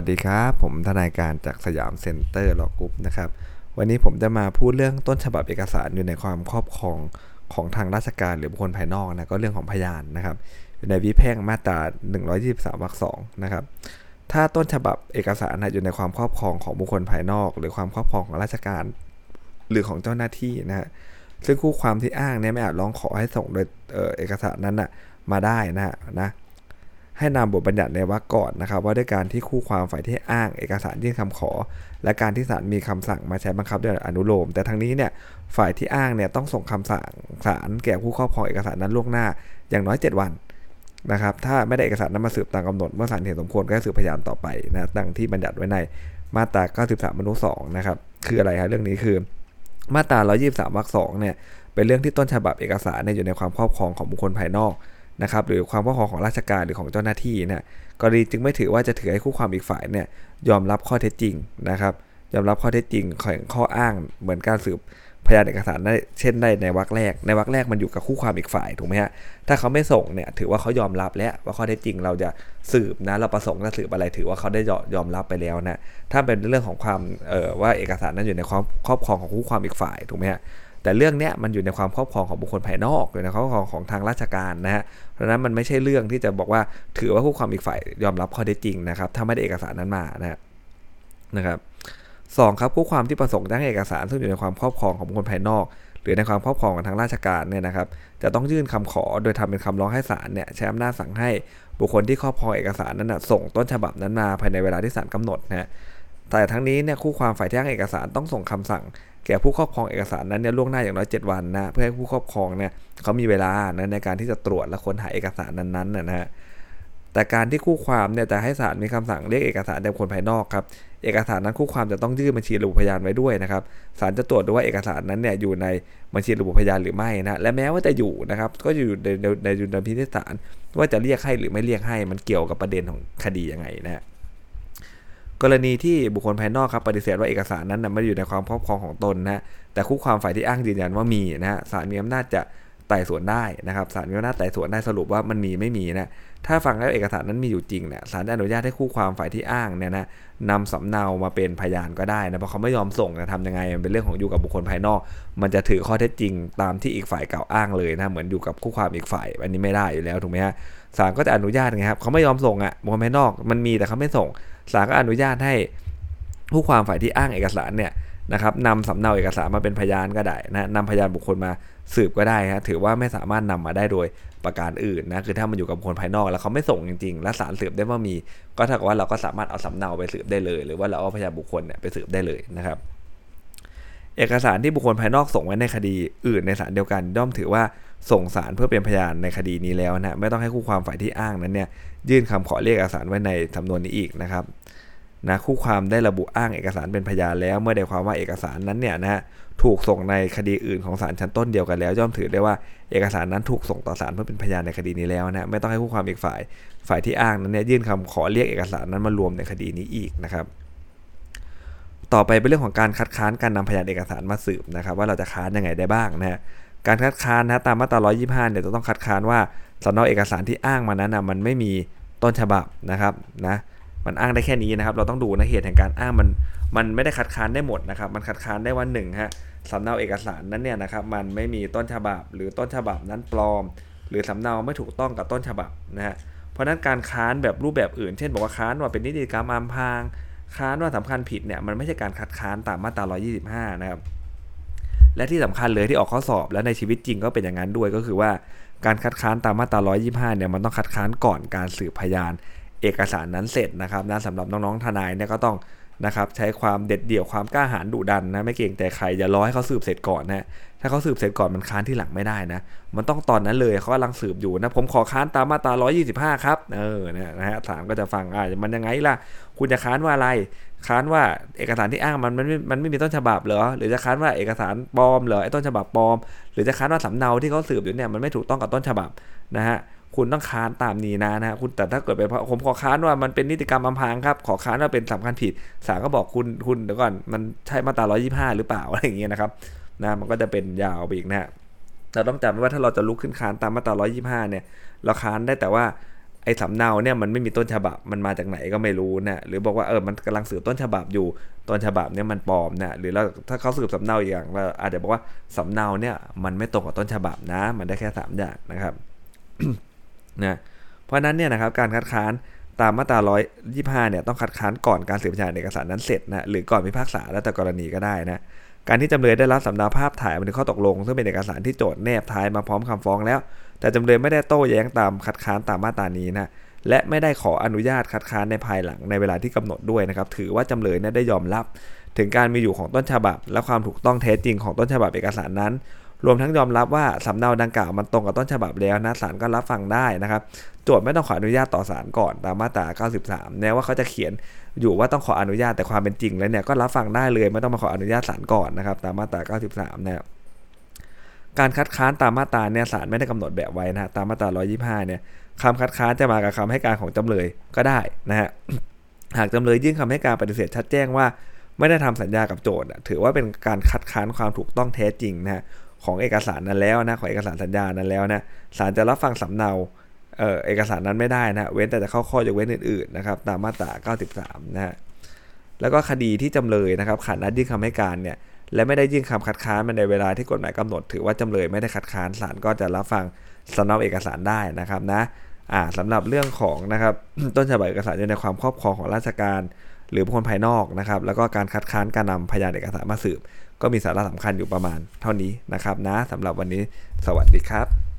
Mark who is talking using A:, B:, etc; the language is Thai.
A: วัสดีครับผมทนายการจากสยามเซ็นเตอร์ลอกรุ๊ปนะครับวันนี้ผมจะมาพูดเรื่องต้นฉบับเอกสารอยู่ในความครอบครองของทางราชการหรือบุคคลภายนอกนะก็เรื่องของพยานนะครับอยู่ในวิแพ่งมาตรา123วรรค2นะครับถ้าต้นฉบับเอกสารอยู่ในความครอบครองของบุคคลภายนอกหรือความครอบครองของราชการหรือของเจ้าหน้าที่นะฮะซึ่งคู่ความที่อ้างเนี่ยไม่อาจร้องขอให้ส่งโดยเอกสารนั้นมาได้นะให้นำบทบัญญัติในวรรคก่อนนะครับว่าด้วยการที่คู่ความฝ่ายที่อ้างเอกสารยื่นคำขอและการที่ศาลมีคำสั่งมาใช้บังคับโดยอนุโลมแต่ทั้งนี้เนี่ยฝ่ายที่อ้างเนี่ยต้องส่งคำสั่งศาลแก่ผู้ครอบครองเอกสารนั้นล่วงหน้าอย่างน้อย7วันนะครับถ้าไม่ได้เอกสารนั้นมาสืบตามกำหนดเมื่อศาลเห็นสมควรก็สืบพยานต่อไปนะดังที่บัญญัติไว้ในมาตรา93อนุ2นะครับคืออะไรครับเรื่องนี้คือมาตรา123วรรค2เนี่ยเป็นเรื่องที่ต้นฉบับเอกสารอยู่ในความครอบครองของบุคคลภายนอกนะครับหรือความครอบครองของราชการหรือของเจ้าหน้าที่เนี่ยกรณีจึงไม่ถือว่าจะถือให้คู่ความอีกฝ่ายเนี่ยยอมรับข้อเท็จจริงนะครับยอมรับข้อเท็จจริงของข้ออ้างเหมือนการสืบพยานเอกสารได้เช่นได้ในวรรคแรกมันอยู่กับคู่ความอีกฝ่ายถูกไหมฮะถ้าเขาไม่ส่งเนี่ยถือว่าเขายอมรับแล้วว่าข้อเท็จจริงเราจะสืบนะเราประสงค์จะสืบอะไรถือว่าเขาได้ยอมรับไปแล้วนะถ้าเป็นเรื่องของความว่าเอกสารนั้นอยู่ในความครอบครองของคู่ความอีกฝ่ายถูกไหมฮะแต่เรื่องนี้มันอยู่ในความครอบครองของบุคคลภายนอกอยู่ในความครอบครองของทางราชการนะฮะเพราะฉะนั้นมันไม่ใช่เรื่องที่จะบอกว่าถือว่าคู่ความอีกฝ่ายยอมรับข้อเท็จจริงนะครับถ้าไม่ได้เอกสารนั้นมานะครับ2ครับคู่ความที่ประสงค์จะให้เอกสารซึ่งอยู่ในความครอบครองของบุคคลภายนอกหรือในความครอบครองของทางราชการเนี่ยนะครับจะต้องยื่นคำขอโดยทำเป็นคำร้องให้ศาลเนี่ยใช้อำนาจสั่งให้บุคคลที่ครอบครองเอกสารนั้นส่งต้นฉบับนั้นมาภายในเวลาที่ศาลกำหนดนะแต่ทั้งนี้เนี่ยคู่ความฝ่ายที่อ้างเอกสารต้องส่งคำสั่งแก่ผู้ครอบครองเอกสารนั้นเนี่ยล่วงหน้าอย่างน้อย7วันนะเพื่อให้ผู้ครอบครองเนี่ยเขามีเวลานะในการที่จะตรวจและค้นหาเอกสารนั้นๆนะฮะแต่การที่คู่ความเนี่ยจะให้ศาลมีคำสั่งเรียกเอกสารแด่บุคคลภายนอกครับเอกสารนั้นคู่ความจะต้องยื่นบัญชีระบุพยานไว้ด้วยนะครับศาลจะตรวจดูว่าเอกสารนั้นเนี่ยอยู่ในบัญชีระบุพยานหรือไม่นะและแม้ว่าจะอยู่นะครับก็อยู่ในดุลพินิจศาลว่าจะเรียกให้หรือไม่เรียกให้มันเกี่ยวกับประเด็นของคดียังไงนะกรณีที่บุคคลภายนอกครับปฏิเสธว่าเอกสารนั้นไม่ได้อยู่ในความครอบครองของตนนะแต่คู่ความฝ่ายที่อ้างยืนยันว่ามีนะศาลมีอำนาจจะไต่สวนได้นะครับศาลมีอำนาจไต่สวนได้สรุปว่ามันมีไม่มีนะถ้าฟังแล้วเอกสารนั้นมีอยู่จริงเนี่ยศาลจะอนุญาตให้คู่ความฝ่ายที่อ้างเนี่ยนะนำสำเนามาเป็นพยานก็ได้นะเพราะเขาไม่ยอมส่งจะทำยังไงมันเป็นเรื่องของอยู่กับบุคคลภายนอกมันจะถือข้อเท็จจริงตามที่อีกฝ่ายกล่าวอ้างเลยนะเหมือนอยู่กับคู่ความอีกฝ่ายอันนี้ไม่ได้อยู่แล้วถูกไหมฮะศาลก็จะอนุญาตไงครับเขาไม่ยอมส่งบุคคลภายนอกมันมีแต่เขาไม่ส่งศาลก็อนุญาตให้ผู้ความฝ่ายที่อ้างเอกสารเนี่ยนะครับนำสำเนาเอกสารมาเป็นพยานก็ได้นะนำพยานบุคคลมาสืบก็ได้ฮะถือว่าไม่สามารถนำมาได้โดยประการอื่นนะคือถ้ามันอยู่กับบุคคลภายนอกแล้วเขาไม่ส่งจริงๆและศาลสืบได้ว่ามีก็เท่ากับว่าเราก็สามารถเอาสำเนาไปสืบได้เลยหรือว่าเราเอาพยานบุคคลเนี่ยไปสืบได้เลยนะครับเอกสารที่บุคคลภายนอกส่งไว้ในคดีอื่นในศาลเดียวกันย่อมถือว่าส่งศาลเพื่อเป็นพยานในคดีนี้แล้วนะไม่ต้องให้คู่ความฝ่ายที่อ้างนั้นเนี่ยยื่นคำขอเรียกเอกสารไว้ในสำนวนนี้อีกนะครับนะคู่ความได้ระบุอ้างเอกสารเป็นพยานแล้วเมื่อได้ความว่าเอกสารนั้นเนี่ยนะฮะถูกส่งในคดีอื่นของศาลชั้นต้นเดียวกันแล้วย่อมถือได้ว่าเอกสารนั้นถูกส่งต่อศาลเพื่อเป็นพยานในคดีนี้แล้วนะไม่ต้องให้คู่ความอีกฝ่ายที่อ้างนั้นเนี่ยยื่นคำขอเรียกเอกสารนั้นมารวมในคดีนี้อีกนะครับต่อไปเป็นเรื่องของการคัดค้านการนำพยานเอกสารมาสืบนะครับว่าเราจะค้านยังไงได้บ้างนะฮะการคัดค้านนะตามมาตรา125เนี่ยจะต้องคัดค้านว่าสำเนาเอกสารที่อ้างมานั้นมันไม่มีต้นฉบับนะครับนะมันอ้างได้แค่นี้นะครับเราต้องดูนะเหตุแห่งการอ้างมันไม่ได้คัดค้านได้หมดนะครับมันคัดค้านได้ว่า1ฮะสำเนาเอกสารนั้นเนี่ยนะครับมันไม่มีต้นฉบับหรือต้นฉบับนั้นปลอมหรือสำเนาไม่ถูกต้องกับต้นฉบับนะฮะเพราะนั้นการค้านแบบรูปแบบอื่นเช่นบอกว่าค้านว่าเป็นนิติกรรมอำพรางค้านว่าสำคัญผิดเนี่ยมันไม่ใช่การคัดค้านตามมาตรา125นะครับและที่สำคัญเลยที่ออกข้อสอบและในชีวิตจริงก็เป็นอย่างนั้นด้วยก็คือว่าการคัดค้านตามมาตรา125เนี่ยมันต้องคัดค้านก่อนการสืบพยานเอกสารนั้นเสร็จนะครับนะสำหรับน้องๆทนายเนี่ยก็ต้องนะครับใช้ความเด็ดเดี่ยวความกล้าหาญดุดันนะไม่เกรงใจใครอย่ารอให้เขาสืบเสร็จก่อนนะถ้าเขาสืบเสร็จก่อนมันค้านที่หลังไม่ได้นะมันต้องตอนนั้นเลยเขากำลังสืบอยู่นะผมขอค้านตามมาตรา125ครับนะฮะศาลก็จะฟังมันยังไงล่ะคุณจะค้านว่าอะไรค้านว่าเอกสารที่อ้างมันไม่มีต้นฉบับเหรอหรือจะค้านว่าเอกสารปลอมเหรอไอ้ต้นฉบับปลอมหรือจะค้านว่าสำเนาที่เขาสืบอยู่เนี่ยมันไม่ถูกต้องกับต้นฉบับนะฮะคุณต้องค้านตามนี้นะฮะคุณแต่ถ้าเกิดไปผมขอค้านว่ามันเป็นนิติกรรมอำพรางครับขอค้านว่าเป็นสำคัญผิดศาลก็บอกคุณเดี๋ยวก่อนมันใช่มาตรา125หรือเปล่าอะไรอย่างเงี้ยนะครับนะมันก็จะเป็นยาวไปอีกนะเราต้องจำไว้ว่าถ้าเราจะลุกขึ้นค้านตามมาตรา125เนี่ยเราค้านได้แต่ว่าไอ้สำเนาเนี่ยมันไม่มีต้นฉบับมันมาจากไหนก็ไม่รู้นะหรือบอกว่ามันกำลังสืบต้นฉบับอยู่ต้นฉบับเนี่ยมันปลอมนะหรือเราถ้าเขาสืบสำเนาอย่างเราอาจจะบอกว่าสำเนาเนี่ยมันไม่ตรงกับต้นฉบับนะมันได้แค่3อย่างนะครับ นะเพราะนั้นเนี่ยนะครับการคัดค้านตามมาตรา125เนี่ยต้องคัดค้านก่อนการสืบพยานเอกสารนั้นเสร็จนะหรือก่อนพิพากษาแล้วแต่กรณีก็ได้นะการที่จำเลยได้รับสำเนาภาพถ่ายบันทึกข้อตกลงซึ่งเป็นเอกสารที่โจทย์แนบท้ายมาพร้อมคำฟ้องแล้วแต่จำเลยไม่ได้โต้แย้งตามคัดค้านตามมาตรานี้นะและไม่ได้ขออนุญาตคัดค้านในภายหลังในเวลาที่กำหนดด้วยนะครับถือว่าจำเลยได้ยอมรับถึงการมีอยู่ของต้นฉบับและความถูกต้องแท้จริงของต้นฉบับเอกสารนั้นรวมทั้งยอมรับว่าสำเนาดังกล่าวมันตรงกับต้นฉบับแล้วนะศาลก็รับฟังได้นะครับโจทย์ไม่ต้องขออนุญาตต่อศาลก่อนตามมาตรา93แม้ว่าเขาจะเขียนอยู่ว่าต้องขออนุญาตแต่ความเป็นจริงแล้วเนี่ยก็รับฟังได้เลยไม่ต้องมาขออนุญาตศาลก่อนนะครับตามมาตรา93นะครับการคัดค้านตามมาตราเนี่ยศาลไม่ได้กำหนดแบบไว้นะตามมาตรา125เนี่ยคำคัดค้านจะมากับคำให้การของจำเลยก็ได้นะฮะหากจำเลยยื่นคำให้การปฏิเสธชัดแจ้งว่าไม่ได้ทำสัญญากับโจทย์ถือว่าเป็นการคัดค้านความถูกต้องแท้จริงนะฮะของเอกสารนั้นแล้วนะของเอกสารสัญญานั้นแล้วนะศาลจะรับฟังสำเนาเอกสารนั้นไม่ได้นะเว้นแต่จะเข้าข้อยกเว้นอื่นๆนะครับตามมาตรา93นะฮะแล้วก็คดีที่จำเลยนะครับขัดนัดยื่นคำให้การเนี่ยและไม่ได้ยื่นคำคัดค้านในเวลาที่กฎหมายกำหนดถือว่าจำเลยไม่ได้คัดค้านศาลก็จะรับฟังสำเนาเอกสารได้นะครับนะสำหรับเรื่องของนะครับ ต้นฉบับเอกสารอยู่ในความครอบครองของราชการหรือบุคคลภายนอกนะครับแล้วก็การคัดค้านการนำพยานเอกสารมาสืบก็มีสาระสำคัญอยู่ประมาณเท่านี้นะครับนะสำหรับวันนี้สวัสดีครับ